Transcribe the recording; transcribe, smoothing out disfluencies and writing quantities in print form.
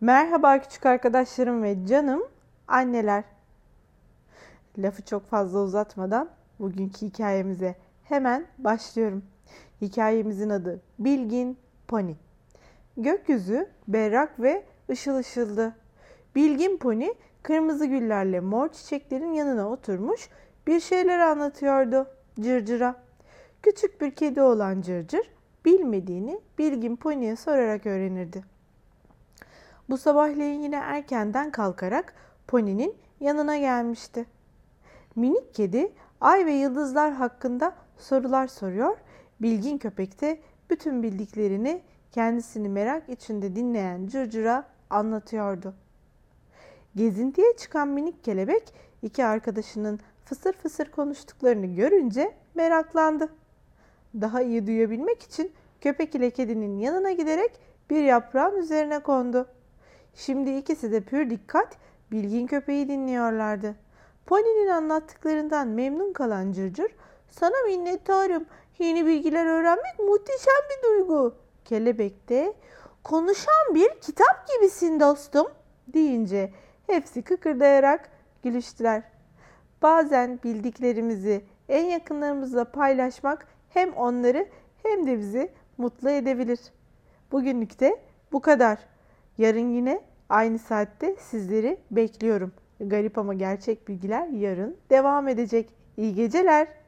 Merhaba küçük arkadaşlarım ve canım anneler. Lafı çok fazla uzatmadan bugünkü hikayemize hemen başlıyorum. Hikayemizin adı Bilgin Pony. Gökyüzü berrak ve ışıl ışıldı. Bilgin Pony kırmızı güllerle mor çiçeklerin yanına oturmuş bir şeyler anlatıyordu Cırcır'a. Küçük bir kedi olan Cırcır bilmediğini Bilgin Pony'ye sorarak öğrenirdi. Bu sabahleyin yine erkenden kalkarak Pony'nin yanına gelmişti. Minik kedi ay ve yıldızlar hakkında sorular soruyor. Bilgin köpek de bütün bildiklerini kendisini merak içinde dinleyen Cırcır'a anlatıyordu. Gezintiye çıkan minik kelebek iki arkadaşının fısır fısır konuştuklarını görünce meraklandı. Daha iyi duyabilmek için köpek ile kedinin yanına giderek bir yaprağın üzerine kondu. Şimdi ikisi de pür dikkat Bilgin köpeği dinliyorlardı. Pony'nin anlattıklarından memnun kalan Cırcır, "Sana minnettarım. Yeni bilgiler öğrenmek muhteşem bir duygu." Kelebek de, "Konuşan bir kitap gibisin dostum." deyince hepsi kıkırdayarak gülüştüler. Bazen bildiklerimizi en yakınlarımızla paylaşmak hem onları hem de bizi mutlu edebilir. Bugünlük de bu kadar. Yarın yine aynı saatte sizleri bekliyorum. Garip ama gerçek bilgiler yarın devam edecek. İyi geceler.